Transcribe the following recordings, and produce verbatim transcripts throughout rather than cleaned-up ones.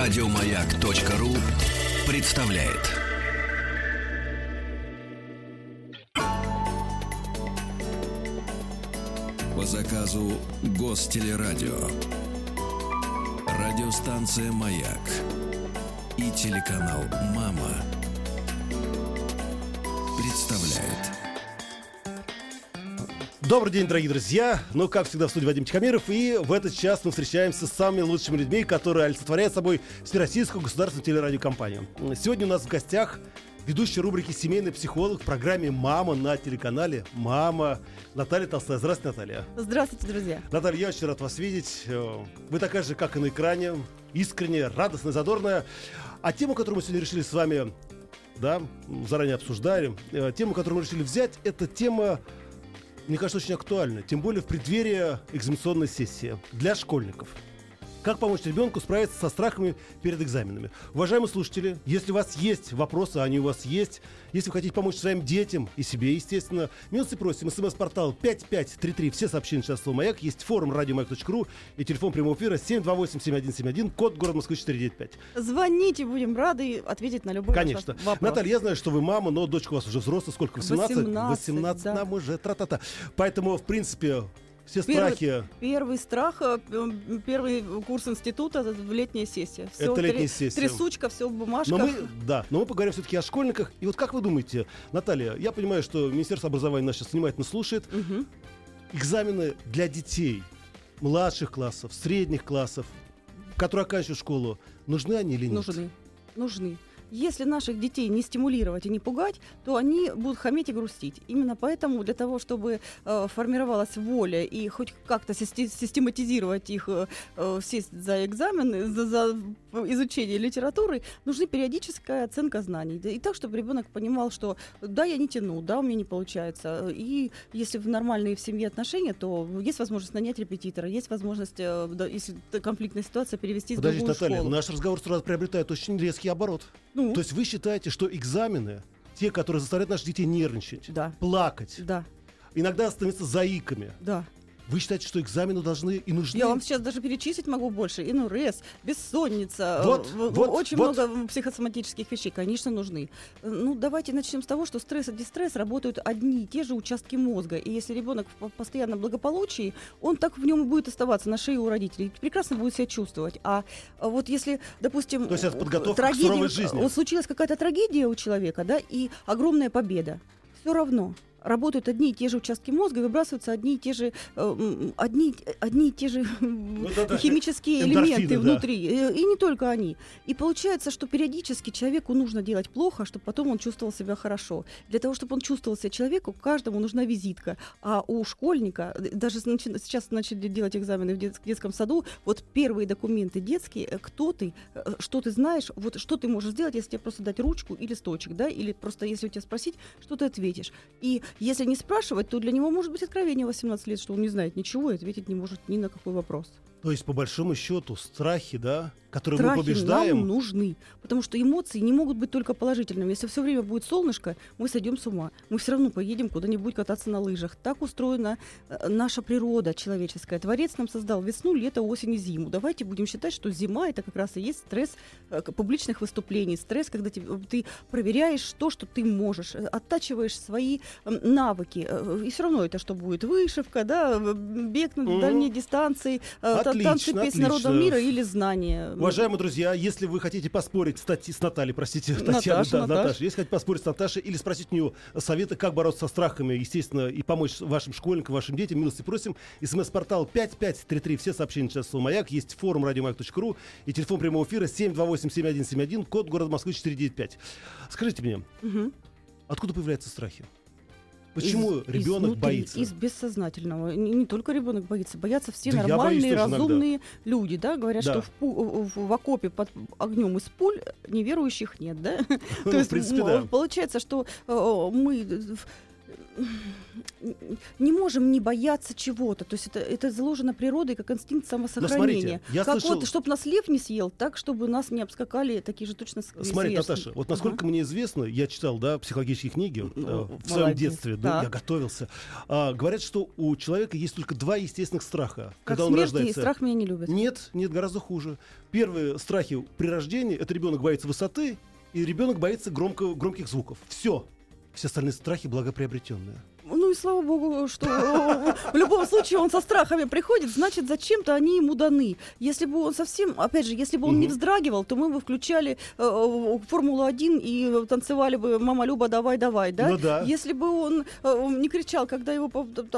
Радиомаяк.ру представляет. По заказу Гостелерадио. Радиостанция «Маяк» и телеканал «Мама» представляет. Добрый день, дорогие друзья. Ну, как всегда, в студии Вадим Тихомиров. И в этот час мы встречаемся с самыми лучшими людьми, которые олицетворяют собой Всероссийскую государственную телерадиокомпанию. Сегодня у нас в гостях ведущая рубрики «Семейный психолог» в программе «Мама» на телеканале «Мама» Наталья Толстая. Здравствуйте, Наталья. Здравствуйте, друзья. Наталья, я очень рад вас видеть. Вы такая же, как и на экране, искренняя, радостная, задорная. А тему, которую мы сегодня решили с вами, да, заранее обсуждали, тему, которую мы решили взять, это тема, мне кажется, очень актуальна, тем более в преддверии экзаменационной сессии для школьников. Как помочь ребенку справиться со страхами перед экзаменами? Уважаемые слушатели, если у вас есть вопросы, они у вас есть, если вы хотите помочь своим детям и себе, естественно, милости просим. СМС-портал пять пять три три, все сообщения сейчас слово «Маяк», есть форум радиомаяк точка ру и телефон прямого эфира семь два восемь семь один семь один, код город Москвы четыре девять пять. Звоните, будем рады ответить на любой Конечно. вопрос. Наталья, я знаю, что вы мама, но дочка у вас уже взрослая, сколько, восемнадцать? восемнадцать, восемнадцать, да. нам уже тра-та-та. Поэтому, в принципе, все Первый, страхи... Первый страх, э, первый курс института, это летняя сессия. Всё, Это летняя три- сессия. Трясучка, все в бумажках. Но мы, да, но мы поговорим все-таки о школьниках. И вот как вы думаете, Наталья, я понимаю, что Министерство образования нас сейчас внимательно слушает. Мгм. Экзамены для детей младших классов, средних классов, которые оканчивают школу, нужны они или нет? Нужны. Нужны. Если наших детей не стимулировать и не пугать, то они будут хаметь и грустить. Именно поэтому для того, чтобы э, формировалась воля и хоть как-то систи- систематизировать их, э, э, сесть за экзамены, за, за изучение литературы, нужна периодическая оценка знаний. Да, и так, чтобы ребенок понимал, что да, я не тяну, да, у меня не получается. И если в нормальные в семье отношения, то есть возможность нанять репетитора, есть возможность, э, да, если конфликтная ситуация, перевести в Подождите, другую Наталья, школу. наш разговор сразу приобретает очень резкий оборот. Ну, То есть вы считаете, что экзамены, те, которые заставляют наших детей нервничать, да, плакать, да, иногда становятся заиками, да. вы считаете, что экзамены должны и нужны? Я вам сейчас даже перечислить могу больше. ИНУРЭС, бессонница, Вот, э, вот, очень вот. много психосоматических вещей, конечно, нужны. Ну, давайте начнем с того, что стресс и дистресс работают одни и те же участки мозга. И если ребенок в постоянном благополучии, он так в нем и будет оставаться на шее у родителей. Прекрасно будет себя чувствовать. А вот если, допустим, То есть это подготовка к трагедия, суровой жизни. вот случилась какая-то трагедия у человека, да, и огромная победа, все равно работают одни и те же участки мозга, выбрасываются одни и те же, э, м, одни, одни и те же Ну да, да. химические Эндорфины, элементы да. внутри. Э, И не только они. И получается, что периодически человеку нужно делать плохо, чтобы потом он чувствовал себя хорошо. Для того, чтобы он чувствовал себя человеку, каждому нужна визитка. А у школьника, э, даже начи- сейчас начали делать экзамены в дет- детском саду, вот первые документы детские, э, кто ты, э, что ты знаешь, вот что ты можешь сделать, если тебе просто дать ручку и листочек, да, или просто если у тебя спросить, что ты ответишь. И если не спрашивать, то для него может быть откровение в восемнадцать лет, что он не знает ничего и ответить не может ни на какой вопрос. То есть, по большому счету, страхи, да, которые Страхи мы побеждаем... нам нужны, потому что эмоции не могут быть только положительными. Если все время будет солнышко, мы сойдем с ума. Мы все равно поедем куда-нибудь кататься на лыжах. Так устроена э, наша природа человеческая. Творец нам создал весну, лето, осень и зиму. Давайте будем считать, что зима — это как раз и есть стресс э, публичных выступлений. Стресс, когда ты, ты проверяешь то, что ты можешь, э, оттачиваешь свои э, навыки. Э, и все равно это что будет? Вышивка, да, э, бег на Мгм. дальние дистанции, э, Отлично, танцы песни народного отлично. мира или знания. Уважаемые друзья, если вы хотите поспорить с, Тати- с Натальей, простите, Татьяной, Наташа, да, Наташ. Наташа, если хотите поспорить с Наташей или спросить у нее советы, как бороться со страхами, естественно, и помочь вашим школьникам, вашим детям, милости просим. СМС-портал пять пять три три, все сообщения сейчас слово «Маяк», есть форум радиомаяк точка ру и телефон прямого эфира семь два восемь семь один семь один, код города Москвы четыре девять пять. Скажите мне, Мгм. откуда появляются страхи? Почему Из- ребенок изнутри, боится? Из бессознательного. Не, не только ребенок боится, боятся все Да я боюсь нормальные, тоже иногда. разумные люди, да, говорят, Да. что в, пу- в- в окопе под огнем из пуль неверующих нет, да. Ну, То есть, в принципе, м, да. получается, что э, мы в- не можем не бояться чего-то. То есть это, это заложено природой как инстинкт самосохранения. Смотрите, я как слышал... вот, чтобы нас лев не съел, так, чтобы нас не обскакали такие же точно Смотри, сверстники. Наташа, вот насколько ага. мне известно, я читал, да, психологические книги э, в своем Молодец. детстве, да, я готовился. А, говорят, что у человека есть только два естественных страха, как когда он смерть рождается. И страх меня не любят. Нет, нет, гораздо хуже. Первые страхи при рождении — это ребенок боится высоты, и ребенок боится громко, громких звуков. Все. Все остальные страхи благоприобретенные. Ну и слава богу, что в любом случае он со страхами приходит, значит, зачем-то они ему даны. Если бы он совсем, опять же, если бы он не вздрагивал, то мы бы включали Формулу один и танцевали бы «Мама Люба, давай, давай», да? Ну да. Если бы он не кричал, когда его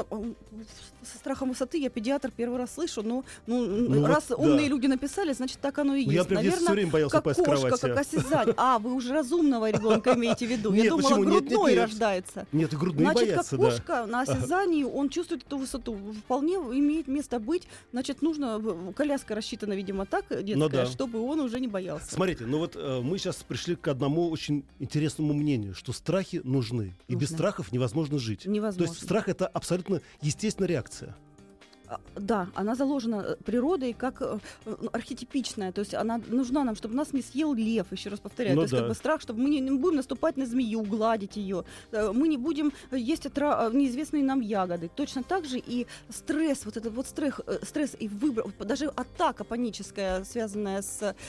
со страхом высоты, я педиатр первый раз слышу, но ну, ну, раз вот, умные да. люди написали, значит, так оно и есть. Я наверное, все время боялся как упасть кошка, с кровати. как осязание. А, вы уже разумного ребенка имеете в виду. Нет, я думала, почему? грудной нет, нет, нет. рождается. Нет, и грудные значит, боятся, как кошка да. на осязании, он чувствует эту высоту. Вполне имеет место быть. Значит, нужно, коляска рассчитана, видимо, так, детская, ну, да. чтобы он уже не боялся. Смотрите, ну вот э, мы сейчас пришли к одному очень интересному мнению, что страхи нужны. нужны. И без страхов невозможно жить. Невозможно. То есть страх — это абсолютно естественная реакция. Да, она заложена природой как э, архетипичная, то есть она нужна нам, чтобы нас не съел лев, еще раз повторяю, ну то есть да. как бы страх, чтобы мы не, не будем наступать на змею, гладить ее, э, мы не будем есть отра- неизвестные нам ягоды. Точно так же и стресс, вот этот вот стресс, э, стресс и выбор, даже атака паническая, связанная с, э,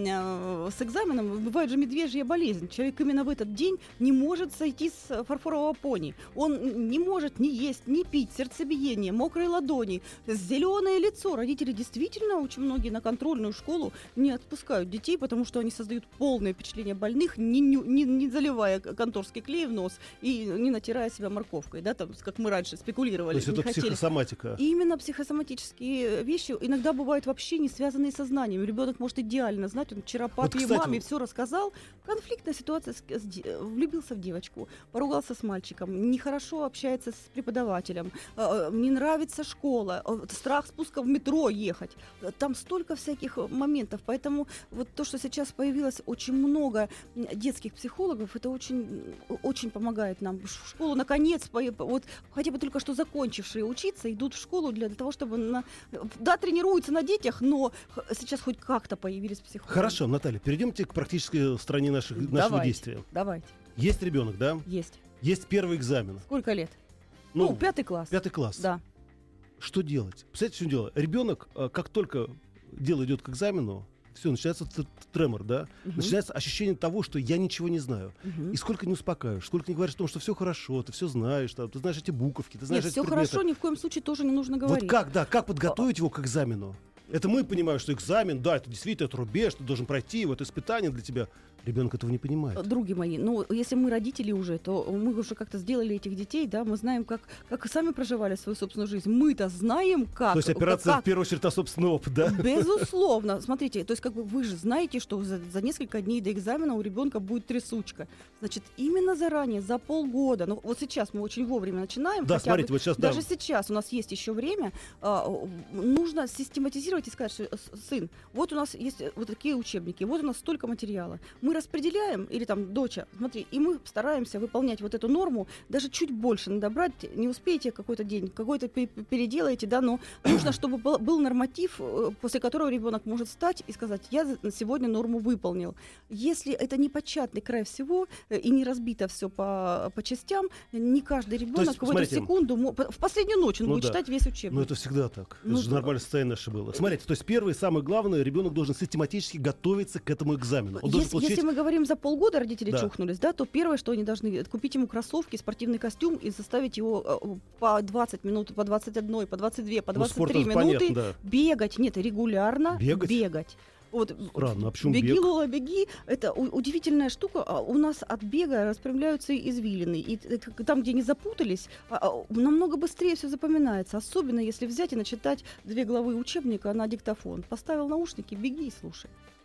с экзаменом, бывает же медвежья болезнь. Человек именно в этот день не может сойти с фарфорового пони, он не может ни есть, ни пить, сердцебиение, мокрые ладони, зеленое лицо. Родители действительно, очень многие на контрольную школу не отпускают детей, потому что они создают полное впечатление больных, не, не, не заливая конторский клей в нос и не натирая себя морковкой, да, там, как мы раньше спекулировали. То есть это хотели. Психосоматика. И именно психосоматические вещи иногда бывают вообще не связанные со знанием. Ребенок может идеально знать, он вчера папе вот, и маме все рассказал. Конфликтная ситуация, с, с, влюбился в девочку, поругался с мальчиком, нехорошо общается с преподавателем, э, не нравится школа, страх спуска в метро ехать. Там столько всяких моментов. Поэтому вот то, что сейчас появилось очень много детских психологов, это очень, очень помогает нам. В школу, наконец, вот хотя бы только что закончившие учиться, идут в школу для того, чтобы... На, да, тренируются на детях, но сейчас хоть как-то появились психологи. Хорошо, Наталья, перейдемте к практической стороне наших, нашего давайте, действия. Давайте. Есть ребенок, да? Есть. Есть первый экзамен. Сколько лет? Ну, ну пятый класс. Пятый класс. Да. Что делать? Представляете, что дело? Ребенок, как только дело идет к экзамену, все, начинается тремор, да? Угу. Начинается ощущение того, что я ничего не знаю. Угу. И сколько не успокаиваешь, сколько не говоришь о том, что все хорошо, ты все знаешь, там, ты знаешь эти буковки, ты знаешь Нет, эти все предметы. хорошо, ни в коем случае тоже не нужно говорить. Вот как, да, как подготовить его к экзамену? Это мы понимаем, что экзамен, да, это действительно это рубеж, ты должен пройти его, это испытание для тебя. Ребенок этого не понимает. Други мои, ну, если мы родители уже, то мы уже как-то сделали этих детей, да, мы знаем, как, как сами проживали свою собственную жизнь. Мы-то знаем, как. То есть опираться как, в первую очередь на собственный опыт, да? Безусловно. Смотрите, то есть как бы вы же знаете, что за, за несколько дней до экзамена у ребенка будет трясучка. Значит, именно заранее, за полгода, ну вот сейчас мы очень вовремя начинаем. Да, смотрите, бы, вот сейчас, даже да. сейчас у нас есть еще время, а, нужно систематизировать и сказать, что, сын, вот у нас есть вот такие учебники, вот у нас столько материала. Мы распределяем, или там, доча, смотри, и мы стараемся выполнять вот эту норму, даже чуть больше надо брать, не успеете какой-то день, какой-то переделаете, да, но нужно, чтобы был, был норматив, после которого ребенок может встать и сказать, я сегодня норму выполнил. Если это не початный край всего и не разбито все по, по частям, не каждый ребенок есть, в смотрите, эту секунду, в последнюю ночь он ну будет да. читать весь учебник. Ну это всегда так. Ну, это же нормальное состояние наше было. Смотрите, то есть первое и самое главное, ребенок должен систематически готовиться к этому экзамену. Он если, получить... если мы говорим за полгода, родители да. чухнулись, да, то первое, что они должны купить ему кроссовки, спортивный костюм и заставить его по двадцать минут, по двадцать одна, по двадцать две, по двадцать три ну, минуты понятно, да. бегать, нет, регулярно бегать. бегать. Вот, Странно, а почему беги, бег? Лола, беги. Это у- удивительная штука. У нас от бега распрямляются извилины. И там, где не запутались, намного быстрее все запоминается. Особенно, если взять и начитать две главы учебника на диктофон. Поставил наушники, беги и слушай.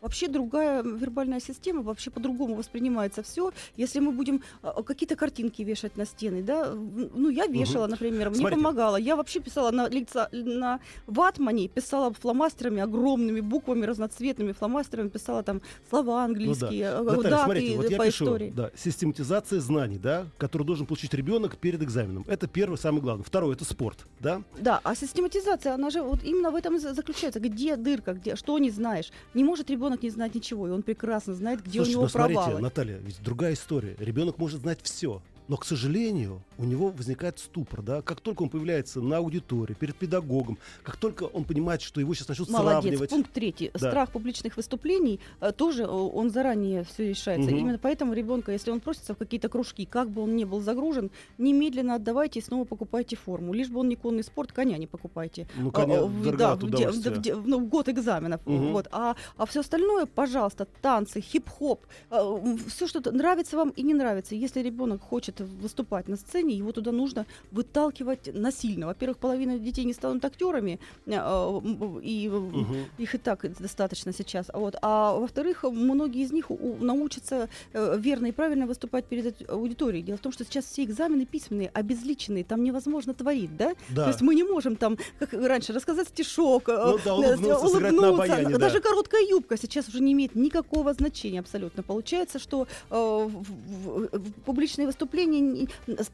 Вообще другая вербальная система, вообще по-другому воспринимается все. Если мы будем а, какие-то картинки вешать на стены, да, ну я вешала, угу. например, мне Смотрите. помогала. Я вообще писала на лица, на ватмане, писала фломастерами, огромными буквами, разноцветными фломастерами, писала там слова английские, ну, да. Наталья, даты смотрите, вот я по пишу, истории. Да, систематизация знаний, да, которую должен получить ребенок перед экзаменом. Это первое, самое главное. Второе — это спорт, да? Да, а систематизация, она же вот именно в этом и заключается. Где дырка, где, что не знаешь. Не может ребенок не знать ничего, и он прекрасно знает, где Слушайте, у него ну, смотрите, провалы. Наталья, ведь другая история. Ребенок может знать все. Но, к сожалению, у него возникает ступор, да, как только он появляется на аудитории, перед педагогом, как только он понимает, что его сейчас начнут Молодец. сравнивать. Пункт третий. Да. Страх публичных выступлений э, тоже э, он заранее все решается. Угу. Именно поэтому ребенка, если он просится в какие-то кружки, как бы он ни был загружен, немедленно отдавайте и снова покупайте форму. Лишь бы он не конный спорт, коня не покупайте. Ну, коня а, в, да, в, де, в, де, в, ну, в год экзаменов. Угу. Вот. А, а все остальное, пожалуйста, танцы, хип-хоп, э, все, что нравится вам и не нравится. Если ребенок хочет выступать на сцене, его туда нужно выталкивать насильно. Во-первых, половина детей не станут актерами, э, и угу. их и так достаточно сейчас. Вот. А во-вторых, многие из них у, научатся э, верно и правильно выступать перед аудиторией. Дело в том, что сейчас все экзамены письменные, обезличенные, там невозможно творить, да? Да. То есть мы не можем там, как раньше, рассказать стишок, ну, да, улыбнуться, улыбнуться. Сыграть на обаяние, Даже да. короткая юбка сейчас уже не имеет никакого значения абсолютно. Получается, что э, в, в, в, публичные выступления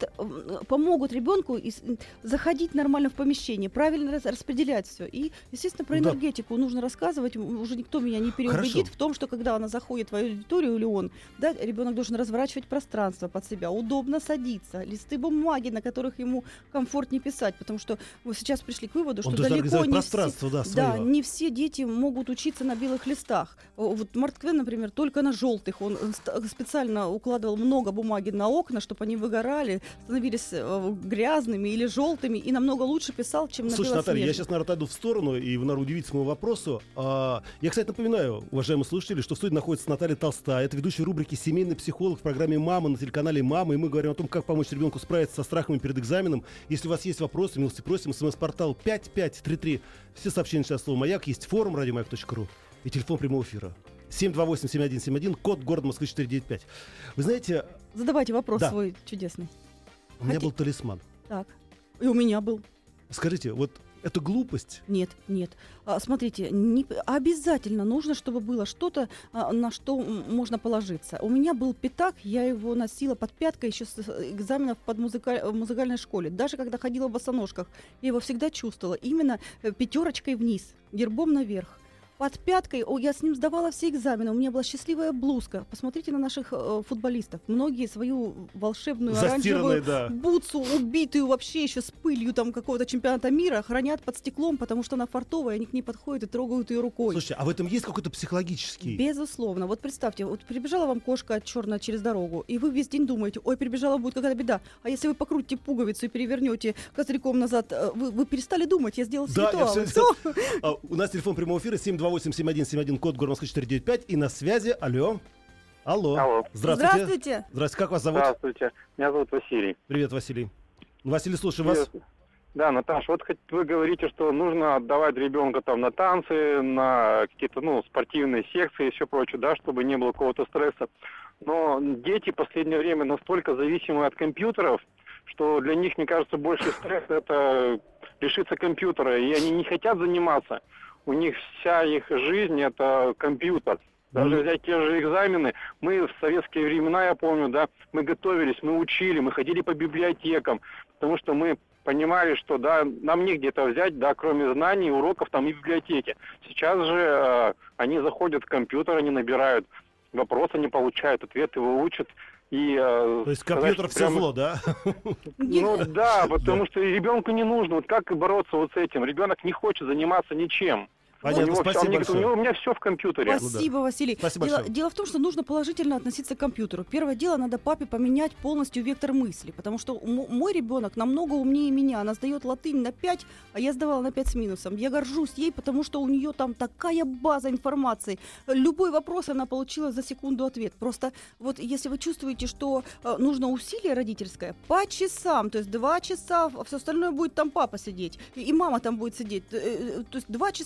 помогут ребенку из, заходить нормально в помещение, правильно рас, распределять все. И, естественно, про да. энергетику нужно рассказывать. Уже никто меня не переубедит Хорошо. в том, что когда она заходит в аудиторию или он, да, ребенок должен разворачивать пространство под себя, удобно садиться, листы бумаги, на которых ему комфортнее писать, потому что мы сейчас пришли к выводу, что он далеко не пространство, все, да, да, не все дети могут учиться на белых листах. Вот Марк Твен, например, только на желтых. Он специально укладывал много бумаги на окна, чтобы они выгорали, становились грязными или желтыми, и намного лучше писал, чем на Слушай, белоснежных. Наталья, я сейчас, наверное, отойду в сторону, и вы, наверное, удивитесь моему вопросу. А, я, кстати, напоминаю, уважаемые слушатели, что в студии находится Наталья Толстая. Это ведущая рубрики «Семейный психолог» в программе «Мама» на телеканале «Мама». И мы говорим о том, как помочь ребенку справиться со страхами перед экзаменом. Если у вас есть вопросы, милости просим. СМС-портал пять пять три три. Все сообщения сейчас слово «Маяк». Есть форум радиомаяк точка ру и телефон прямого эфира. семь два восемь семь один семь один, код города Москвы четыре девять пять. Вы знаете... Задавайте вопрос да. свой чудесный. У меня Хотите? был талисман. Так. И у меня был. Скажите, вот это глупость? Нет, нет. А, смотрите, не, обязательно нужно, чтобы было что-то, а, на что можно положиться. У меня был пятак, я его носила под пяткой еще с экзаменов под музыка, в музыкальной школе. Даже когда ходила в босоножках, я его всегда чувствовала именно пятерочкой вниз, гербом наверх. Под пяткой, о, я с ним сдавала все экзамены, у меня была счастливая блузка. Посмотрите на наших э, футболистов. Многие свою волшебную оранжевую да. бутсу, убитую вообще еще с пылью там какого-то чемпионата мира, хранят под стеклом, потому что она фартовая, они к ней подходят и трогают ее рукой. Слушайте, а в этом есть какой-то психологический? Безусловно. Вот представьте, вот прибежала вам кошка черная через дорогу, и вы весь день думаете, ой, прибежала, будет какая-то беда. А если вы покрутите пуговицу и перевернете козырьком назад, вы, вы перестали думать, я сделал все да, ритуалы. Я все... а, у нас телефон прямого эфира семь два восемь семь один семь один, код города Москвы четыре девять пять, и на связи, алло. Алло. Алло. Здравствуйте. Здравствуйте. Здравствуйте, как вас зовут? Здравствуйте, меня зовут Василий. Привет, Василий. Василий, слушаем вас. Да, Наташа, вот хоть вы говорите, что нужно отдавать ребенка там на танцы, на какие-то, ну, спортивные секции и все прочее, да, чтобы не было какого-то стресса. Но дети в последнее время настолько зависимы от компьютеров, что для них, мне кажется, больше стресс — это лишиться компьютера, и они не хотят заниматься. У них вся их жизнь — это компьютер. Даже mm-hmm. взять те же экзамены, мы в советские времена, я помню, да, мы готовились, мы учили, мы ходили по библиотекам, потому что мы понимали, что, да, нам негде это взять, да, кроме знаний, уроков там и библиотеки. Сейчас же э, они заходят в компьютер, они набирают вопрос, они получают ответ, его учат. И, э, То есть компьютер все прямо... зло, да? Ну да, потому что ребенку не нужно. Вот как бороться вот с этим? Ребенок не хочет заниматься ничем. Понятно, у него спасибо все, большое. У, него, у меня все в компьютере. Спасибо, Ну, да. Василий. Спасибо дело, большое. дело в том, что нужно положительно относиться к компьютеру. Первое дело, надо папе поменять полностью вектор мысли, потому что м- мой ребенок намного умнее меня. Она сдает латынь на пять, а я сдавала на пять с минусом. Я горжусь ей, потому что у нее там такая база информации. Любой вопрос она получила за секунду ответ. Просто вот если вы чувствуете, что э, нужно усилие родительское, по часам, то есть два часа, а все остальное будет там папа сидеть, и, и мама там будет сидеть. Э, э, то есть два часа компьютер.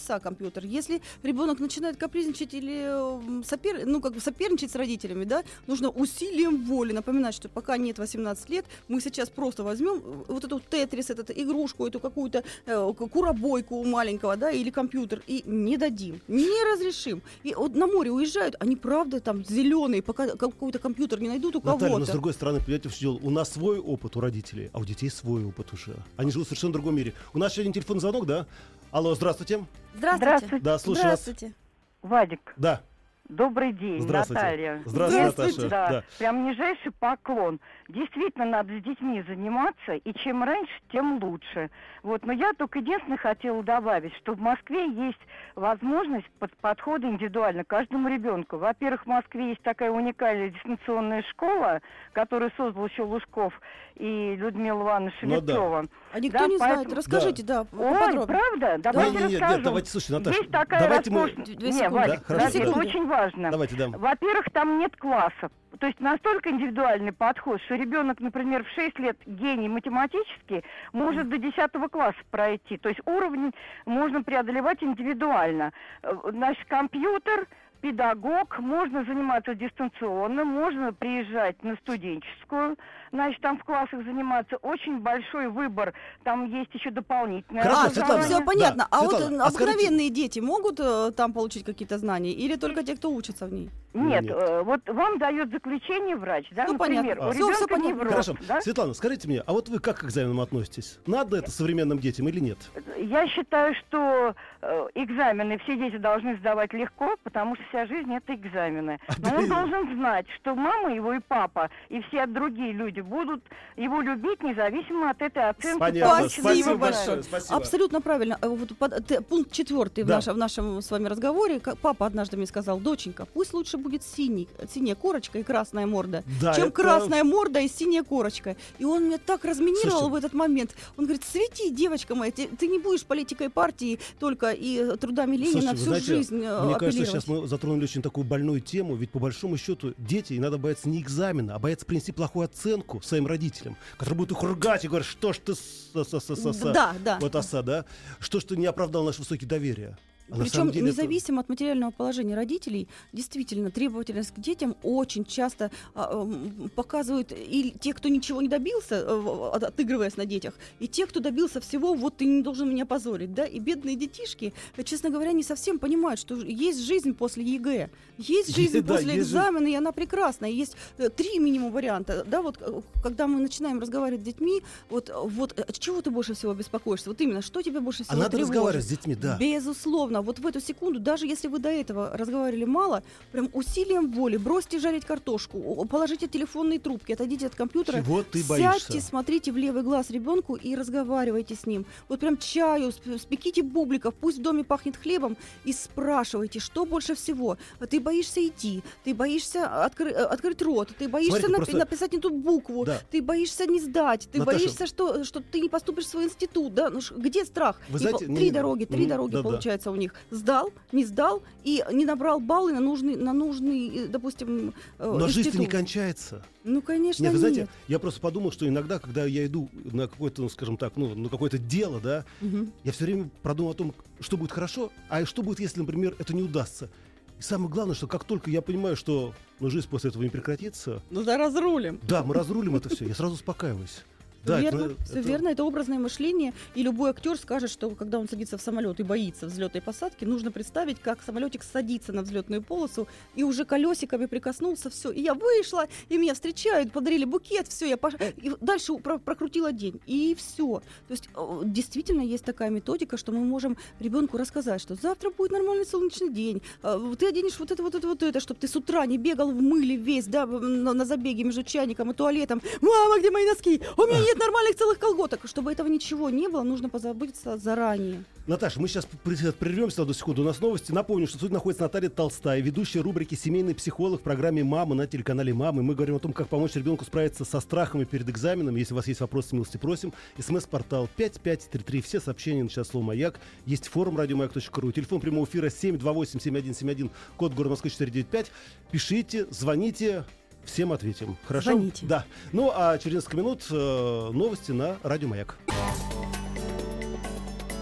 компьютер. Если ребенок начинает капризничать или э, сопер... ну, как бы соперничать с родителями, да, нужно усилием воли напоминать, что пока нет восемнадцати лет, мы сейчас просто возьмем вот эту тетрис, эту игрушку, эту какую-то э, куробойку у маленького, да, или компьютер, и не дадим, не разрешим. И вот на море уезжают, они правда там зеленые, пока какой-то компьютер не найдут у Наталья, кого-то. но с другой стороны, понимаете, в чем дело? У нас свой опыт у родителей, а у детей свой опыт уже. Они живут в совершенно другом мире. У нас сегодня телефонный звонок, да? Алло, здравствуйте. Здравствуйте. Здравствуйте. Да, слушаю вас. Здравствуйте. Вадик, Да, добрый день, здравствуйте. Наталья. Здравствуйте, Здравствуйте. Наташа. Да, Да. прям нижайший поклон. Действительно, надо с детьми заниматься, и чем раньше, тем лучше. Вот, но я только единственное хотела добавить, что в Москве есть возможность под подхода индивидуально к каждому ребенку. Во-первых, в Москве есть такая уникальная дистанционная школа, которую создал еще Лужков и Людмила Ивановна Ну да. Шевцова. А никто Да, не поэтому- знает. Расскажите, да, Ой, поподробнее. правда? Давайте Не, не, не, расскажу. нет, давайте, слушайте, Наташа, Есть такая давайте мы- роскошная... Две Не, секунды. Вадик, Да, хорошо, подожди, да. это очень важно. Давайте, да. Во-первых, там нет классов. То есть настолько индивидуальный подход, что ребенок, например, в шесть лет гений математический, может до десятого класса пройти. То есть уровень можно преодолевать индивидуально. Э, Значит, компьютер, педагог, можно заниматься дистанционно, можно приезжать на студенческую, значит, там в классах заниматься. Очень большой выбор, там есть еще дополнительное Хорошо, А, Светлана. все понятно. Да, а вот Светлана, э, а скажите- обыкновенные дети могут э, там получить какие-то знания? Или только те, кто учится в ней? Нет, Нет. э, вот вам дает заключение врач, да, Ну, например, понятно. у Всё- всё ребенка понятно. невроз, Хорошо. да? Светлана, скажите мне, а вот вы как к экзаменам относитесь? Надо это современным детям или нет? Я считаю, что э, экзамены все дети должны сдавать легко, потому что вся жизнь это экзамены. Но он должен знать, что мама его и папа, и все другие люди будут его любить независимо от этой оценки. Понятно. Спасибо, Спасибо большое. большое, спасибо. Абсолютно правильно. Э, Вот под- т- пункт четвертый в, Да. нашем, в нашем с вами разговоре. Как папа однажды мне сказал: доченька, пусть лучше будет синий, синяя корочка и красная морда, Да, чем это- красная морда и синяя корочка. И он меня так разминировал Слушайте. в этот момент. Он говорит: свети, девочка моя, ты, ты не будешь политикой партии только и э, трудами Ленина Слушайте, вы всю знаете, жизнь э, мне кажется, апеллировать. сейчас мы затронули очень такую больную тему, ведь по большому счету дети иногда боятся не экзамена, а боятся принести плохую оценку своим родителям, которые будут их ругать и говорят, что ж ты с- с- с- с- с- Да, да. вот оса, да? Что ж ты не оправдал наше высокие доверия? А на Причем самом деле это- независимо от материального положения родителей, действительно, требовательность к детям очень часто а, м, показывают и те, кто ничего не добился, э, в- от- отыгрываясь на детях, и те, кто добился всего, вот ты не должен меня позорить, да, и бедные детишки, э, честно говоря, не совсем понимают, что есть жизнь после ЕГЭ, есть жизнь Да, после есть жизнь. экзамена, и она прекрасна, и есть э, три минимум варианта, да, вот э, когда мы начинаем разговаривать с детьми, вот, э, вот э, чего ты больше всего беспокоишься, вот именно, что тебя больше всего А надо тревожит? разговаривать с детьми, да. Безусловно. Вот в эту секунду, даже если вы до этого разговаривали мало, прям усилием воли бросьте жарить картошку, о- положите телефонные трубки, отойдите от компьютера, Чего ты сядьте, боишься? смотрите в левый глаз ребенку и разговаривайте с ним. Вот прям чаю, сп- спеките бубликов, пусть в доме пахнет хлебом, и спрашивайте, что больше всего. Ты боишься идти, ты боишься откры- э, открыть рот, ты боишься Смотрите, напи- просто- написать не ту букву, Да. ты боишься не сдать, ты Наташа- боишься, что, что ты не поступишь в свой институт. Да? Ну, ш- где страх? Вы И знаете, по- не- три не- дороги, три Мгм, дороги да-да. получается у них. Сдал, не сдал и не набрал баллы на нужный, на нужный, э, допустим, э, Но жизнь-то не институт. кончается. Ну, конечно, Нет, вы знаете, нет. я просто подумал, что иногда, когда я иду на какое-то, ну, скажем так, ну, на какое-то дело, да, Мгм. я все время продумал о том, что будет хорошо, а что будет, если, например, это не удастся. И самое главное, что как только я понимаю, что ну, жизнь после этого не прекратится, Ну, да разрулим. да, мы разрулим это все, я сразу успокаиваюсь. Да, верно, это- все это- верно, это образное мышление. И любой актер скажет, что когда он садится в самолет и боится взлета и посадки, нужно представить, как самолетик садится на взлетную полосу и уже колесиками прикоснулся, все. И я вышла, и меня встречают, подарили букет, все, я пош... и дальше про- прокрутила день. И все. То есть э, действительно есть такая методика, что мы можем ребенку рассказать, что завтра будет нормальный солнечный день, э, ты оденешь вот это, вот это, вот это, чтобы ты с утра не бегал в мыле весь, да, на, на забеге между чайником и туалетом. Мама, где мои носки? У меня нет нормальных целых колготок. Чтобы этого ничего не было, нужно позаботиться заранее. Наташа, мы сейчас прервемся на одну секунду. У нас новости. Напомню, что тут находится Наталья Толстая, ведущая рубрики «Семейный психолог» в программе «Мама» на телеканале «Мама». И мы говорим о том, как помочь ребенку справиться со страхами перед экзаменом. Если у вас есть вопросы, милости просим. СМС-портал пять пять три три. Все сообщения начинают слово «Маяк». Есть форум радиомаяк точка ру. Телефон прямого эфира семь два восемь семь один семь один. Код города Москвы четыре девять пять. Пишите, звоните. Всем ответим. Хорошо? Звоните. Да. Ну, а через несколько минут э, новости на Радио Маяк.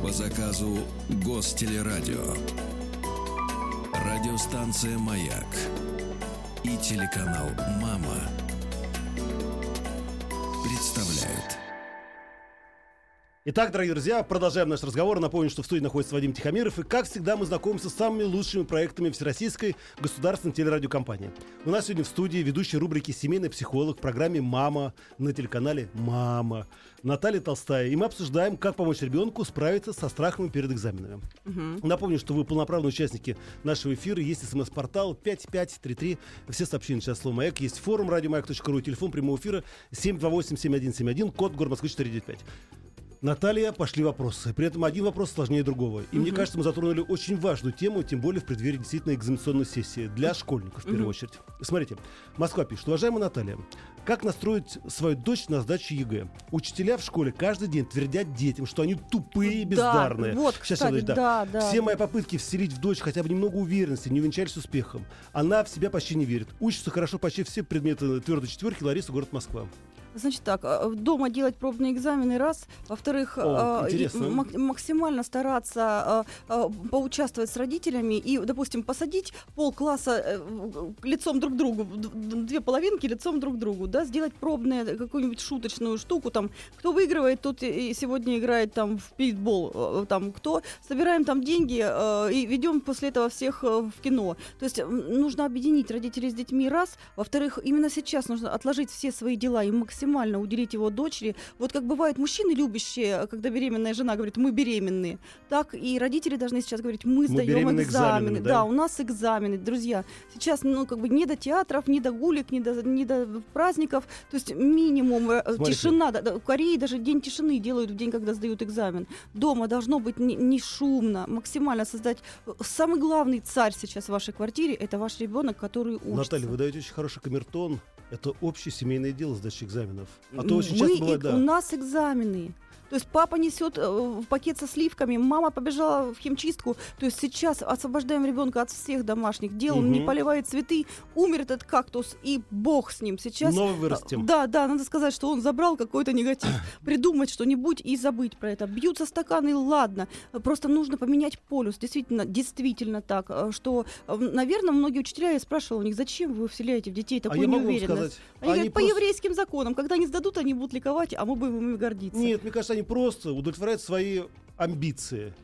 По заказу Гостелерадио. Радиостанция «Маяк» и телеканал «Мама» представляют. Итак, дорогие друзья, продолжаем наш разговор. Напомню, что в студии находится Вадим Тихомиров. И, как всегда, мы знакомимся с самыми лучшими проектами Всероссийской государственной телерадиокомпании. У нас сегодня в студии ведущая рубрики «Семейный психолог» в программе «Мама» на телеканале «Мама» Наталья Толстая. И мы обсуждаем, как помочь ребенку справиться со страхами перед экзаменами. Угу. Напомню, что вы полноправные участники нашего эфира. Есть смс-портал пять пять три три. Все сообщения сейчас слово «Маяк». Есть форум радиомаяк точка ру. Телефон прямого эфира семь два восемь семь один семь один. Код город Москвы четыре девять пять. Наталья, пошли вопросы. При этом один вопрос сложнее другого. И uh-huh. мне кажется, мы затронули очень важную тему, тем более в преддверии действительно экзаменационной сессии для школьников, в первую uh-huh. очередь. Смотрите, Москва пишет. Уважаемая Наталья, как настроить свою дочь на сдачу ЕГЭ? Учителя в школе каждый день твердят детям, что они тупые и бездарные. Да, вот, Сейчас кстати, я, да. Да, да. Все мои попытки вселить в дочь хотя бы немного уверенности не увенчались успехом. Она в себя почти не верит. Учится хорошо почти все предметы твердой четверки. Лариса, город Москва. Значит так, дома делать пробные экзамены раз, во-вторых, О, э, мак- максимально стараться э, э, поучаствовать с родителями и, допустим, посадить полкласса э, лицом друг к другу, две половинки лицом друг к другу, да, сделать пробные какую-нибудь шуточную штуку, там, кто выигрывает, тот и сегодня играет там в пейтбол, э, там, кто, собираем там деньги э, и ведем после этого всех э, в кино. То есть нужно объединить родителей с детьми раз, во-вторых, именно сейчас нужно отложить все свои дела и максимально максимально уделить его дочери. Вот как бывают мужчины любящие, когда беременная жена говорит, мы беременны, так и родители должны сейчас говорить, мы сдаем мы экзамены. экзамены да? да, у нас экзамены. Друзья, сейчас ну, как бы не до театров, не до гулек, не до, не до праздников. То есть минимум Смотрите. тишина. Да, да, в Корее даже день тишины делают в день, когда сдают экзамен. Дома должно быть не, не шумно, максимально создать... Самый главный царь сейчас в вашей квартире — это ваш ребенок, который учится. Наталья, вы даете очень хороший камертон. Это общее семейное дело сдачи экзаменов. А то очень часто Мы, бывает, да. У нас экзамены. То есть папа несет э, пакет со сливками, мама побежала в химчистку. То есть сейчас освобождаем ребенка от всех домашних дел, угу. он не поливает цветы, умер этот кактус, и бог с ним. Сейчас, новый вырастим. Да, да, надо сказать, что он забрал какой-то негатив. Придумать что-нибудь и забыть про это. Бьются стаканы, ладно. Просто нужно поменять полюс. Действительно, действительно так. Что, наверное, многие учителя, я спрашивала у них, зачем вы вселяете в детей такую а неуверенность? Сказать, они, они говорят, просто... по еврейским законам. Когда они сдадут, они будут ликовать, а мы будем ими гордиться. Нет, мне кажется, они просто удовлетворяют свои амбиции.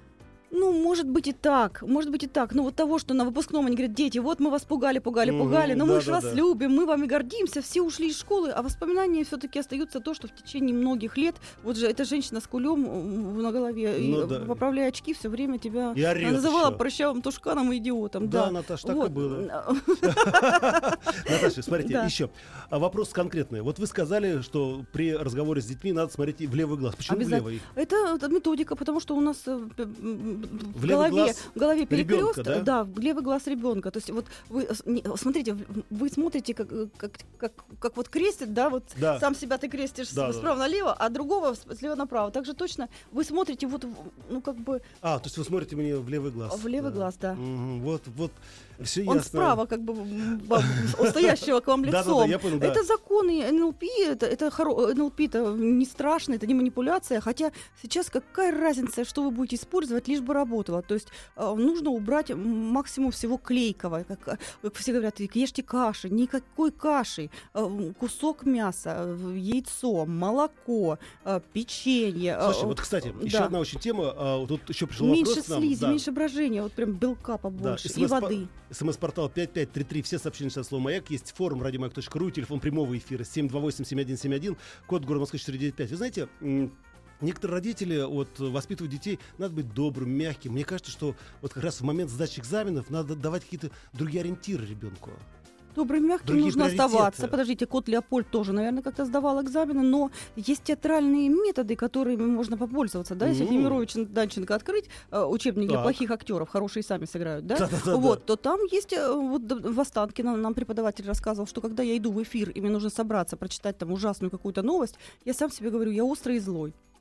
Ну, может быть и так, может быть и так. Ну, вот того, что на выпускном они говорят, дети, вот мы вас пугали, пугали, угу, пугали, но да, мы же да, вас да. любим, мы вами гордимся, все ушли из школы, а воспоминания все-таки остаются то, что в течение многих лет, вот же эта женщина с кулем на голове, ну, и, да. поправляя очки, все время тебя называла еще. Прыщавым тушканом и идиотом. Да, да. Наташа, так вот. и было. Наташа, смотрите, еще вопрос конкретный. Вот вы сказали, что при разговоре с детьми надо смотреть в левый глаз. Почему в левый? Это методика, потому что у нас... В, в голове, в голове перекрест, да? да, в левый глаз ребенка. То есть вот вы не, смотрите, вы смотрите, как, как, как, как вот крестит, да, вот да. сам себя ты крестишь да, справа да. налево, а другого слева направо. Также точно вы смотрите вот, ну как бы. А, то есть вы смотрите мне в левый глаз. В левый да. глаз, да. Угу, вот, вот. Все Он ясно. справа, как бы у стоящего к вам лицом. Это законы эн эл пи, это эн эл пи это не страшно, это не манипуляция. Хотя сейчас какая разница, что вы будете использовать, лишь бы работало. То есть нужно убрать максимум всего клейкого. Как все говорят, ешьте каши, никакой каши. Кусок мяса, яйцо, молоко, печенье. Слушай, вот, кстати, еще одна очень тема. Тут еще пришел вопрос. Меньше слизи, меньше брожения, вот прям белка побольше и воды. СМС-портал пять пять три три. Все сообщения сейчас слово «Маяк». Есть форум радиомаяк точка ру. Телефон прямого эфира семь два восемь семь один семь один. Код города Москвы четыре девять пять. Вы знаете, некоторые родители вот, воспитывают детей, надо быть добрым, мягким. Мне кажется, что вот как раз в момент сдачи экзаменов надо давать какие-то другие ориентиры ребенку. Добрым, мягким Другие нужно оставаться. Подождите, кот Леопольд тоже, наверное, как-то сдавал экзамены, но есть театральные методы, которыми можно попользоваться. Да? Если Немирович Данченко открыть э, учебник так. для плохих актеров, хорошие сами сыграют, да? Вот, то там есть, э, вот в Останкино нам преподаватель рассказывал, что когда я иду в эфир, и мне нужно собраться, прочитать там ужасную какую-то новость, я сам себе говорю, я острый и злой.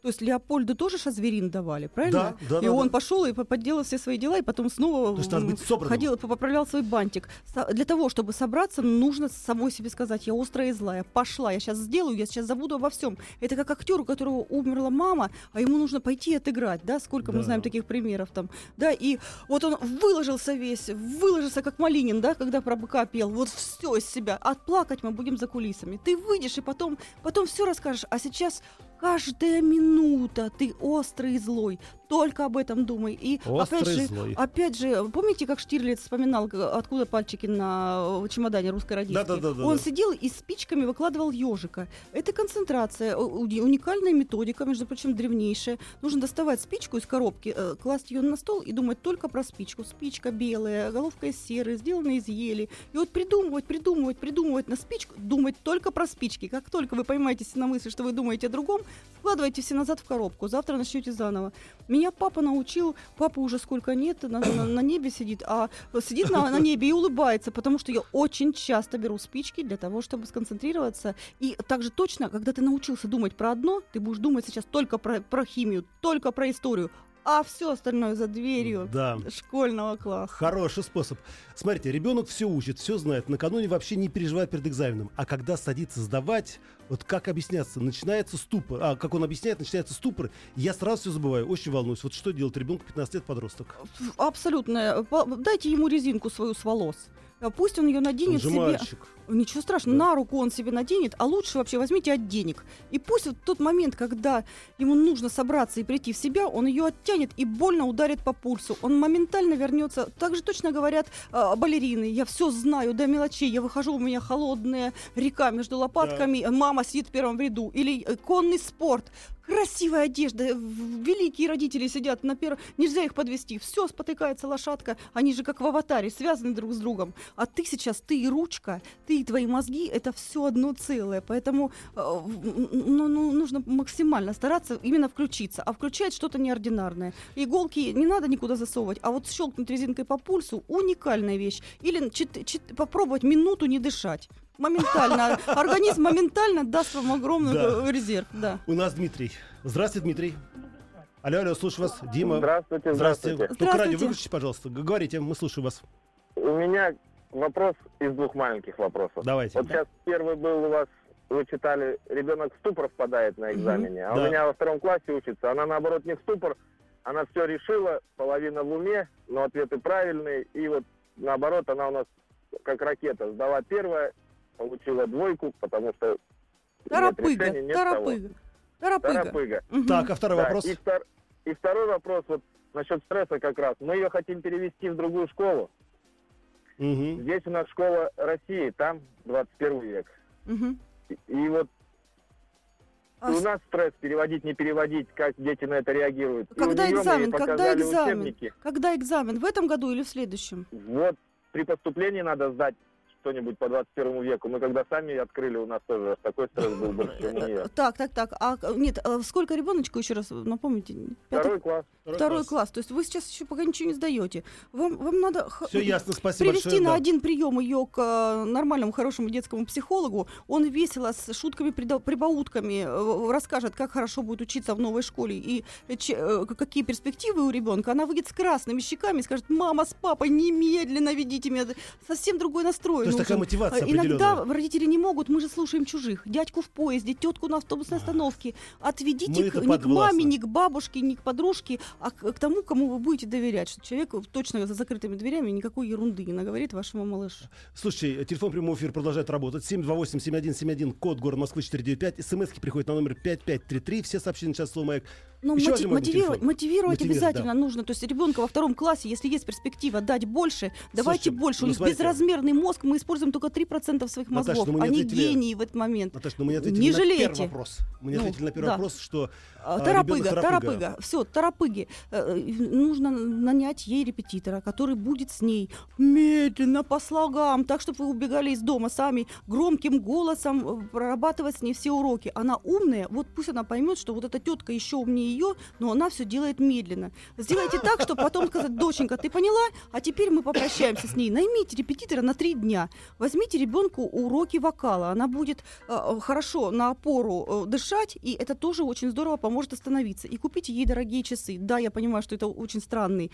То есть Леопольду тоже шазверин давали, правильно? Да, да, и да, он да. пошел и подделал все свои дела, и потом снова То есть надо быть собранным. ходил, поправлял свой бантик. Со- Для того, чтобы собраться, нужно самой себе сказать: я острая и злая, пошла, я сейчас сделаю, я сейчас забуду обо всем. Это как актер, у которого умерла мама, а ему нужно пойти и отыграть, да? Сколько мы Да. знаем таких примеров там, да? И вот он выложился весь, выложился как Малинин, да, когда про быка пел. Вот все из себя. Отплакать мы будем за кулисами. Ты выйдешь и потом, потом все расскажешь. А сейчас каждая минута ты острый и злой. Только об этом думай. И Острый опять же, злой. опять же, помните, как Штирлиц вспоминал, к- откуда пальчики на э, чемодане русской радистки? Да-да-да-да-да. Он сидел и спичками выкладывал ежика. Это концентрация, у- у- уникальная методика, между прочим, древнейшая. Нужно доставать спичку из коробки, э, класть ее на стол и думать только про спичку. Спичка белая, головка из серы, сделана из ели. И вот придумывать, придумывать, придумывать на спичку, думать только про спички. Как только вы поймаетесь на мысли, что вы думаете о другом, складывайте все назад в коробку. Завтра начнете заново. Меня папа научил, папа уже сколько нет, на, на- на небе сидит, а сидит на, на небе и улыбается, потому что я очень часто беру спички для того, чтобы сконцентрироваться. И также точно, когда ты научился думать про одно, ты будешь думать сейчас только про, про химию, только про историю, а все остальное за дверью Да. школьного класса. Хороший способ. Смотрите, ребенок все учит, все знает, накануне вообще не переживает перед экзаменом. А когда садится сдавать, вот как объясняться? Начинается ступор. А, как он объясняет, начинается ступор. Я сразу все забываю, очень волнуюсь. Вот что делать ребенку пятнадцать лет, подросток? Абсолютно. По- Дайте ему резинку свою с волос. А Пусть он ее Он наденет же себе. мальчик. Ничего страшного, Да. на руку он себе наденет, а лучше вообще возьмите от денег. И пусть вот тот момент, когда ему нужно собраться и прийти в себя, он ее оттянет и больно ударит по пульсу. Он моментально вернется. Так же точно говорят а, балерины. Я все знаю до мелочей. Я выхожу, у меня холодная река между лопатками, мама сидит в первом ряду. Или э, конный спорт. Красивая одежда, в- великие родители сидят на первом, нельзя их подвести, все, спотыкается лошадка, они же как в аватаре, связаны друг с другом. А ты сейчас, ты и ручка, ты и твои мозги, это все одно целое, поэтому э, в- ну, ну, нужно максимально стараться именно включиться, а включать что-то неординарное. Иголки не надо никуда засовывать, а вот щелкнуть резинкой по пульсу — уникальная вещь. Или чит- чит- попробовать минуту не дышать. Моментально. Организм моментально даст вам огромный Да. э, резерв. Да. У нас Дмитрий. Здравствуйте, Дмитрий. Алло, алло, слушаю вас. Дима. Здравствуйте, Здравствуйте. здравствуйте. Только радио Здравствуйте. выключите, пожалуйста. Г- Говорите, мы слушаем вас. У меня вопрос из двух маленьких вопросов. Давайте. Вот сейчас первый был у вас, вы читали, ребенок в ступор впадает на экзамене, а Да. у меня во втором классе учится, она наоборот не в ступор, она все решила, половина в уме, но ответы правильные, и вот наоборот она у нас как ракета сдала первое, получила двойку, потому что нет Торопыга, решения, нет того. торопыга. Торопыга. Торопыга. Мгм. Так, а второй Да, вопрос? И, втор- и второй вопрос вот насчет стресса как раз. Мы ее хотим перевести в другую школу. Мгм. Здесь у нас школа России, там двадцать первый век. Мгм. И, и вот А и у с- нас стресс переводить, не переводить, как дети на это реагируют. И Когда у неё мы экзамен? ей Когда показали экзамен? учебники. Когда экзамен? В этом году или в следующем? Вот при поступлении надо сдать что-нибудь по двадцать первому веку. Мы когда сами открыли, у нас тоже такой стресс был больше, чем у нее. Так, так, так. А э, нет, а сколько ребеночку еще раз напомните? Пятый- Второй класс. Второй класс. То есть вы сейчас еще пока ничего не сдаете. Вам, вам надо х- Все ясно, спасибо привести большое. на да. один прием ее к э, нормальному, хорошему детскому психологу. Он весело, с шутками, прида- прибаутками э, расскажет, как хорошо будет учиться в новой школе и э, че- э, какие перспективы у ребенка. Она выйдет с красными щеками и скажет: мама с папой, немедленно ведите меня. Совсем другой настрой То есть нужен. такая мотивация Э, Иногда определенная. родители не могут, мы же слушаем чужих. Дядьку в поезде, тетку на автобусной остановке. Отведите Мы к, это не к подвластны. маме, не к бабушке, не к подружке, а к, к тому, кому вы будете доверять. Что человек точно за закрытыми дверями никакой ерунды не наговорит вашему малышу. Слушайте, телефон прямого эфира продолжает работать. семь два восемь семь один семь один, код город Москвы четыре девять пять. СМСки приходят на номер пять пять три три. Все сообщения сейчас слово «Маяк». Но Еще моти- один мобильный мотивировать, телефон. мотивировать Мотивировать, обязательно нужно. То есть ребенка во втором классе, если есть перспектива дать больше, давайте Слушайте, больше. У ну, них смотрите. безразмерный мозг, мы используем только три процента своих Наташа, мозгов. ну мы не Они ответили- гении в этот момент. Наташа, ну мы не ответили Не на жалейте. первый вопрос. Мы не Ну, ответили на первый да. вопрос, что А, а, Торопыга, ребенок торопыга, все, торопыги. Э, Нужно нанять ей репетитора, который будет с ней медленно, по слогам, так, чтобы вы убегали из дома сами, громким голосом э, прорабатывать с ней все уроки. Она умная, вот пусть она поймет, что вот эта тетка еще умнее ее, но она все делает медленно. Сделайте так, чтобы потом сказать: доченька, ты поняла? А теперь мы попрощаемся с ней. Наймите репетитора на три дня. Возьмите ребенку уроки вокала. Она будет э, хорошо на опору э, дышать, и это тоже очень здорово поможет остановиться. И купите ей дорогие часы. Да, я понимаю, что это очень странный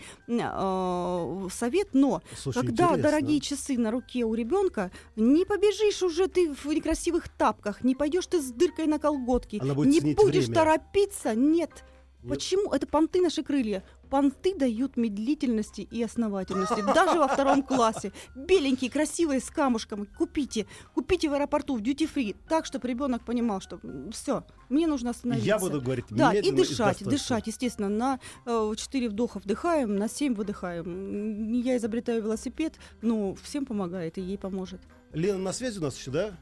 э, совет, но Слушай, когда интересно. дорогие часы на руке у ребенка, не побежишь уже ты в некрасивых тапках, не пойдешь ты с дыркой на колготке, Она будет не ценить будешь время. торопиться. Нет. Нет. Почему? Это понты наши крылья. Понты дают медлительности и основательности. Даже во втором классе. Беленькие, красивые, с камушками. Купите. Купите в аэропорту, в дьюти-фри. Так, чтобы ребенок понимал, что все, мне нужно остановиться. Я буду говорить Да, и медленно дышать, достаточно. дышать, естественно, на э, четыре вдоха вдыхаем, на семь выдыхаем. Не я изобретаю велосипед, но всем помогает, и ей поможет. Лена на связи у нас еще, да?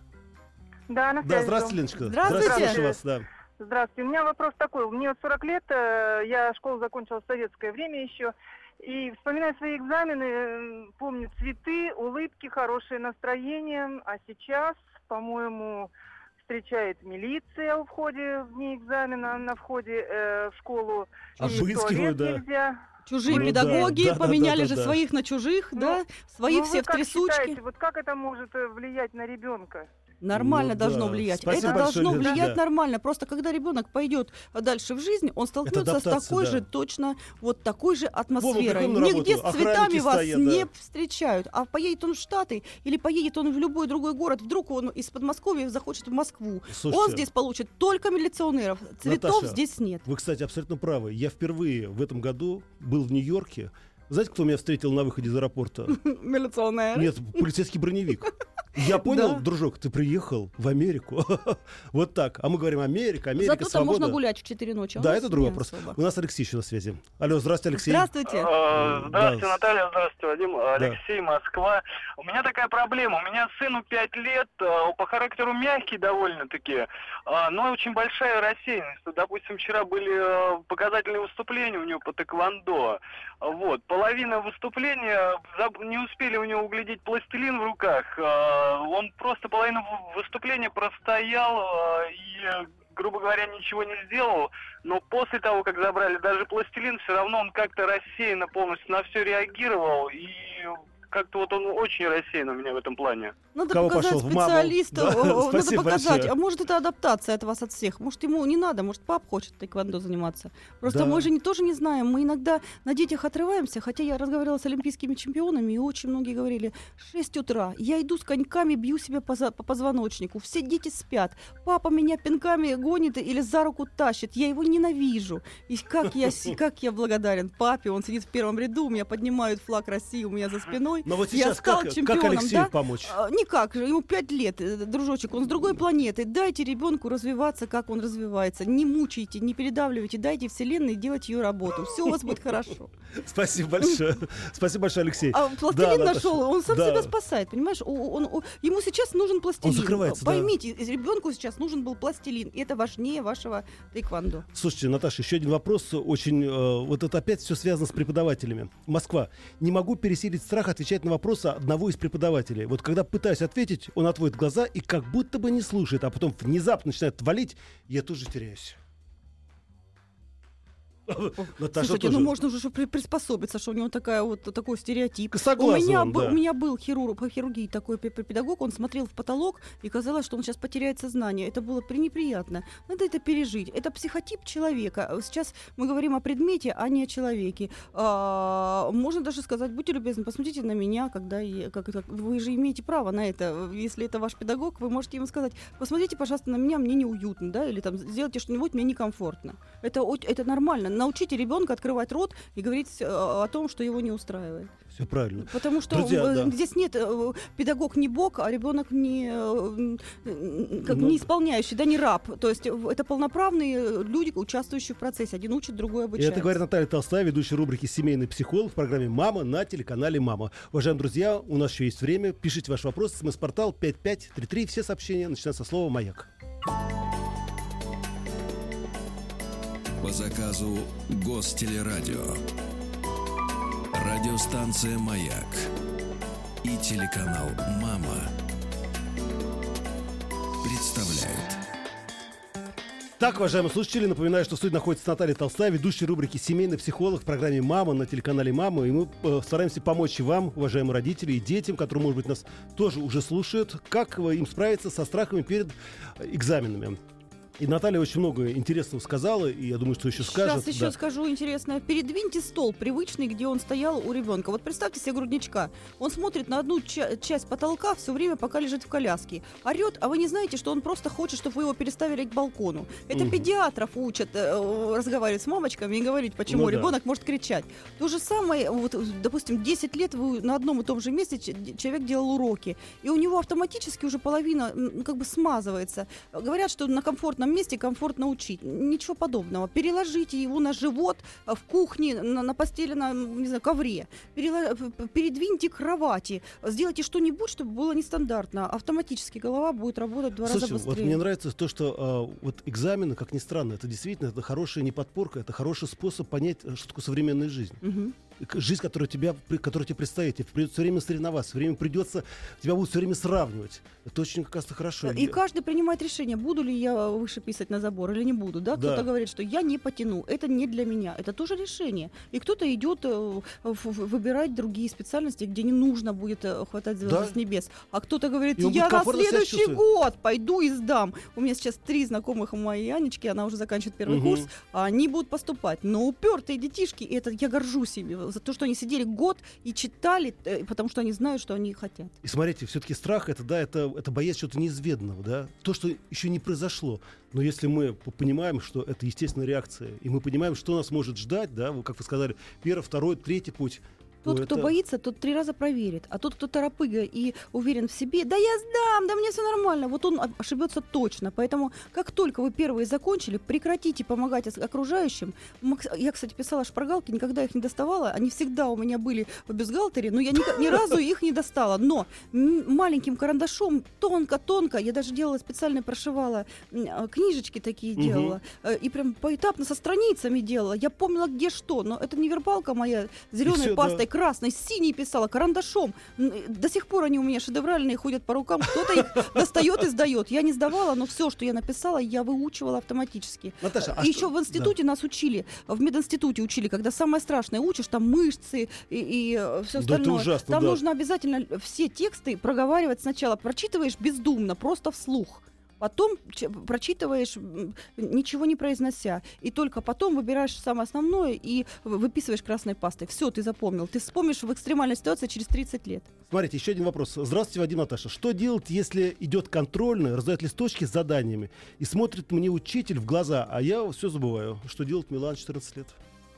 Да, на Да, связи. здравствуйте, Леночка. Здравствуйте. Слушаю вас, да. Здравствуйте. У меня вопрос такой. Мне вот сорок лет, э, я школу закончила в советское время еще. И вспоминая свои экзамены, э, помню цветы, улыбки, хорошее настроение. А сейчас, по-моему, встречает милиция у входе в дни экзамена, на входе э, в школу. И в Обыскивают, туалет да. нельзя. Чужие Ну да, педагоги да, да, поменяли да, же да. своих на чужих, Ну, да, своих Ну, все вы в как трясучке. считаете, вот как это может э, влиять на ребенка? Нормально Ну должно да. влиять. Спасибо это большое, должно Лен, влиять да. нормально. Просто когда ребенок пойдет дальше в жизнь, он столкнется с адаптация, такой да. же точно вот такой же атмосферой. приходим на Нигде работу, с цветами охранники вас стоят, не да. встречают. А поедет он в Штаты или поедет он в любой другой город, вдруг он из Подмосковья захочет в Москву. Слушайте, Он здесь получит только милиционеров. Цветов Наташа, здесь нет. Вы, кстати, абсолютно правы. Я впервые в этом году был в Нью-Йорке. Знаете, кто меня встретил на выходе из аэропорта? Милиционер. Нет, полицейский броневик. Я понял, Да. дружок, ты приехал в Америку. Вот так. А мы говорим: Америка, Америка, Зато там свобода. можно гулять в четыре ночи. а у Да, нас это другой не вопрос. особо. У нас Алексей еще на связи. Алло, здравствуйте, Алексей. Здравствуйте. Э, Здравствуйте, Да. Наталья, здравствуйте, Вадим. Алексей, Москва. У меня такая проблема. У меня сыну пять лет, э, по характеру мягкий довольно-таки, э, но очень большая рассеянность. Допустим, вчера были э, показательные выступления у него по тэквондо. Вот. Половина выступления, заб- не успели у него углядеть пластилин в руках. Э, Он просто половину в- выступления простоял э, и, грубо говоря, ничего не сделал. Но после того, как забрали даже пластилин, все равно он как-то рассеянно полностью на все реагировал. И как-то вот он очень рассеян у меня в этом плане. Надо Кого показать пошел? В маму? специалисту, Да, о, о, надо спасибо показать. большое. А может, это адаптация от вас, от всех. Может, ему не надо, может, пап хочет тэквондо заниматься. Просто Да. мы же не, тоже не знаем. Мы иногда на детях отрываемся, хотя я разговаривала с олимпийскими чемпионами, и очень многие говорили: шесть утра, я иду с коньками, бью себя по, за- по позвоночнику, все дети спят, папа меня пинками гонит или за руку тащит, я его ненавижу. И как я, си- как я благодарен папе, он сидит в первом ряду, у меня поднимают флаг России у меня за спиной. Но вот Я сейчас стал как, как чемпионом, Алексею да? помочь? А, Никак, ему пять лет, э, дружочек, он с другой планеты. Дайте ребенку развиваться, как он развивается. Не мучайте, не передавливайте, дайте вселенной делать ее работу. Все у вас будет хорошо. Спасибо большое. Спасибо большое, Алексей. А пластилин Да, нашел, Наташа, он сам да. себя спасает, понимаешь? О- он- о- ему сейчас нужен пластилин. закрывается, да. Поймите, ребенку сейчас нужен был пластилин. И это важнее вашего тэквондо. Слушайте, Наташа, еще один вопрос. Очень, э, вот это опять все связано с преподавателями. Москва. Не могу пересилить страх отвечать на вопросы одного из преподавателей. Вот когда пытаюсь ответить, он отводит глаза и как будто бы не слушает, а потом внезапно начинает валить, я тоже теряюсь. Наташа Слушайте, тоже. ну можно уже при- приспособиться, что у него такая вот такой стереотип. У Косоглазый меня, он, б- да. у меня был хирург по хирургии такой пе- пе- педагог, он смотрел в потолок, и казалось, что он сейчас потеряет сознание. Это было пренеприятно. Надо это пережить. Это психотип человека. Сейчас мы говорим о предмете, а не о человеке. А, можно даже сказать: будьте любезны, посмотрите на меня, когда я, как, как- вы же имеете право на это. Если это ваш педагог, вы можете ему сказать: посмотрите, пожалуйста, на меня, мне неуютно, да, или там сделайте что-нибудь, мне некомфортно. Это, о- это нормально. Научите ребенка открывать рот и говорить э, о том, что его не устраивает. Все правильно. Потому что Друзья, э, да. здесь нет э, педагог не бог, а ребенок не, э, э, как, Ну, не исполняющий, да, не раб. То есть э, это полноправные люди, участвующие в процессе. Один учит, другой И обучает. это говорит Наталья Толстая, ведущая рубрики «Семейный психолог» в программе «Мама» на телеканале «Мама». Уважаемые друзья, у нас еще есть время. Пишите ваши вопросы. СМС-портал пять пять три три. Все сообщения начинаются со слова «Маяк». По заказу Гостелерадио. Радиостанция «Маяк» и телеканал «Мама» представляют. Так, уважаемые слушатели, напоминаю, что в студии находится Наталья Толстая, ведущая рубрики «Семейный психолог» в программе «Мама» на телеканале «Мама». И мы э, стараемся помочь и вам, уважаемые родители, и детям, которые, может быть, нас тоже уже слушают, как э, им справиться со страхами перед э, экзаменами. И Наталья очень много интересного сказала, и я думаю, что еще скажет. Сейчас еще да. скажу интересное. Передвиньте стол привычный, где он стоял у ребенка. Вот представьте себе грудничка. Он смотрит на одну ча- часть потолка все время, пока лежит в коляске. Орет, а вы не знаете, что он просто хочет, чтобы вы его переставили к балкону. Это Мгм. педиатров учат э, разговаривать с мамочками и говорить, почему Ну да. ребенок может кричать. То же самое, вот, допустим, десять лет вы на одном и том же месте ч- человек делал уроки, и у него автоматически уже половина м, как бы смазывается. Говорят, что на комфортном месте комфортно учить. Ничего подобного. Переложите его на живот а, в кухне, на, на постели, на, не знаю, ковре. Перела- п- п- передвиньте кровати. Сделайте что-нибудь, чтобы было нестандартно. Автоматически голова будет работать в два Слушайте, раза вот быстрее. мне нравится то, что э, вот экзамены, как ни странно, это действительно это хорошая не подпорка, это хороший способ понять, э, что такое современная жизнь. Мгм. И к- Жизнь, которая, тебя, при- которая тебе предстоит, тебе придется все время соревноваться, все время придется, тебя будут все время сравнивать. Это очень, как кажется, хорошо. И каждый принимает решение, буду ли я выше писать на забор или не буду. Да? Да. Кто-то говорит, что я не потяну, это не для меня. Это тоже решение. И кто-то идет э, в- в- выбирать другие специальности, где не нужно будет э, хватать звезд Да. с небес. А кто-то говорит, И он я будет на комфортно себя следующий чувствовать. год пойду и сдам. У меня сейчас три знакомых у моей Анечки, она уже заканчивает первый Мгм. курс, а они будут поступать. Но упертые детишки, и это я горжусь ими за то, что они сидели год и читали, э, потому что они знают, что они хотят. И смотрите, все-таки страх это, да, это, это боязнь чего-то неизведанного, да, то, что еще не произошло. Но если мы п- понимаем, что это естественная реакция, и мы понимаем, что нас может ждать, да, вот как вы сказали, первый, второй, третий путь. Тот, то кто это- боится, тот три раза проверит. А тот, кто торопыга и уверен в себе, да я сдам, да мне все нормально, вот он о- ошибется точно. Поэтому, как только вы первые закончили, прекратите помогать ос- окружающим. Макс- Я, кстати, писала шпаргалки, никогда их не доставала. Они всегда у меня были в бюстгальтере, но я ни, ни разу их не достала. Но м- маленьким карандашом, тонко-тонко, я даже делала специально, прошивала м, а, книжечки такие Мгм. делала. э, И прям поэтапно со страницами делала. Я помнила, где что. Но это не вербалка моя зеленой всё, пастой, да. красной, синей писала, карандашом. Н- До сих пор они у меня шедевральные, ходят по рукам. Кто-то их достает и сдает. Я не сдавала, но все, что я написала, я выучивала автоматически. Наташа, а И что- еще в институте нас учили, в мединституте учили, когда самое страшное учишь, там мышцы и, все Да это остальное. ужасно, Там да. нужно обязательно все тексты проговаривать сначала. Прочитываешь бездумно, просто вслух. Потом ч- прочитываешь, м, ничего не произнося. И только потом выбираешь самое основное и в- выписываешь красной пастой. Все, ты запомнил. Ты вспомнишь в экстремальной ситуации через тридцать лет. Смотрите, еще один вопрос. Здравствуйте, Вадим, Наташа. Что делать, если идет контрольная, раздает листочки с заданиями, и смотрит мне учитель в глаза, а я все забываю? Что делать Милан, четырнадцать лет?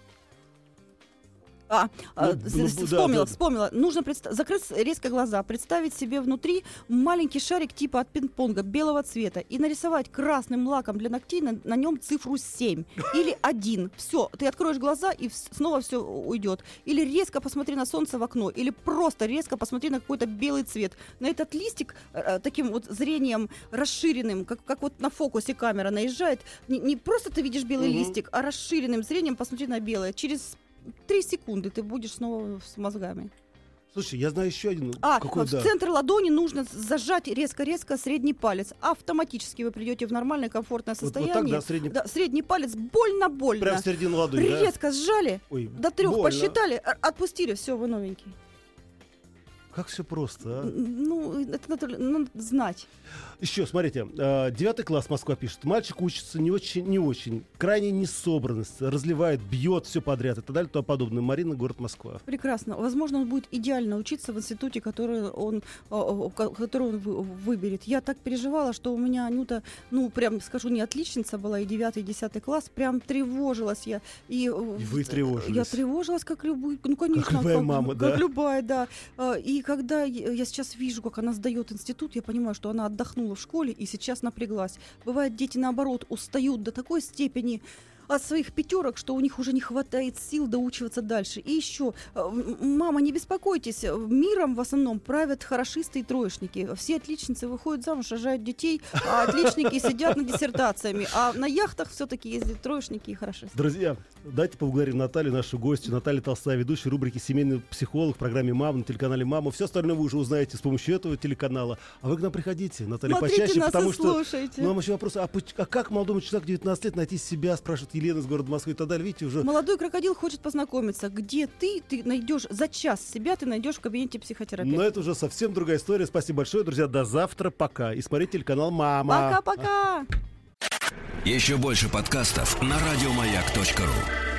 А, а, Ну, с- ну, с- да, вспомнила, да. вспомнила. Нужно предста- закрыть резко глаза, представить себе внутри маленький шарик типа от пинг-понга белого цвета и нарисовать красным лаком для ногтей на, на нем цифру семь или один. Все, ты откроешь глаза и вс- снова все уйдет. Или резко посмотри на солнце в окно, или просто резко посмотри на какой-то белый цвет. На этот листик э, таким вот зрением расширенным, как, как вот на фокусе камера наезжает. Не, не просто ты видишь белый Мгм. листик, а расширенным зрением посмотри на белое. Через три секунды ты будешь снова с мозгами. Слушай, я знаю еще один. А, какой, в да. центр ладони нужно зажать резко-резко средний палец. Автоматически вы придете в нормальное, комфортное Вот- вот состояние. так, да, средний- Да, средний палец больно-больно. Прям в середину ладони, да? Резко сжали, Ой, до трех больно. посчитали, а- отпустили, все, вы новенький. Как все просто, а? Н- Ну, это надо, надо знать. Еще, смотрите, э, девятый класс Москва пишет. Мальчик учится не очень, не очень. Крайне несобранность, разливает, бьет все подряд и так далее, и тому подобное. Марина, город Москва. Прекрасно. Возможно, он будет идеально учиться в институте, который он, а, а, ко- который он вы- выберет. Я так переживала, что у меня Анюта, ну, прям, скажу, не отличница была, и девятый, и десятый класс, прям тревожилась я. И, э, И вы тревожились. Я тревожилась, как любой, ну, конечно. Как любая мама, да. Как любая, да. А, И когда я я сейчас вижу, как она сдает институт, я понимаю, что она отдохнула в школе и сейчас напряглась. Бывает, дети, наоборот, устают до такой степени, от своих пятерок, что у них уже не хватает сил доучиваться дальше. И еще, мама, не беспокойтесь, миром в основном правят хорошисты и троечники. Все отличницы выходят замуж, рожают детей, а отличники сидят над диссертациями. А на яхтах все-таки ездят троечники и хорошисты. Друзья, давайте поблагодарим Наталью, нашу гостью. Наталья Толстая, ведущая рубрики «Семейный психолог» в программе «Мама» на телеканале «Мама». Все остальное вы уже узнаете с помощью этого телеканала. А вы к нам приходите, Наталья, Смотрите почаще, нас потому и что... слушайте. Ну, а еще вопрос, а, а как молодому человеку девятнадцать лет найти себя, спрашивает Елена из города Москвы и так далее. Видите, уже... Молодой крокодил хочет познакомиться. Где ты? Ты найдешь за час себя, ты найдешь в кабинете психотерапевта. Но это уже совсем другая история. Спасибо большое, друзья. До завтра. Пока. И смотрите телеканал «Мама». Пока-пока. Еще больше подкастов на радиомаяк точка ру.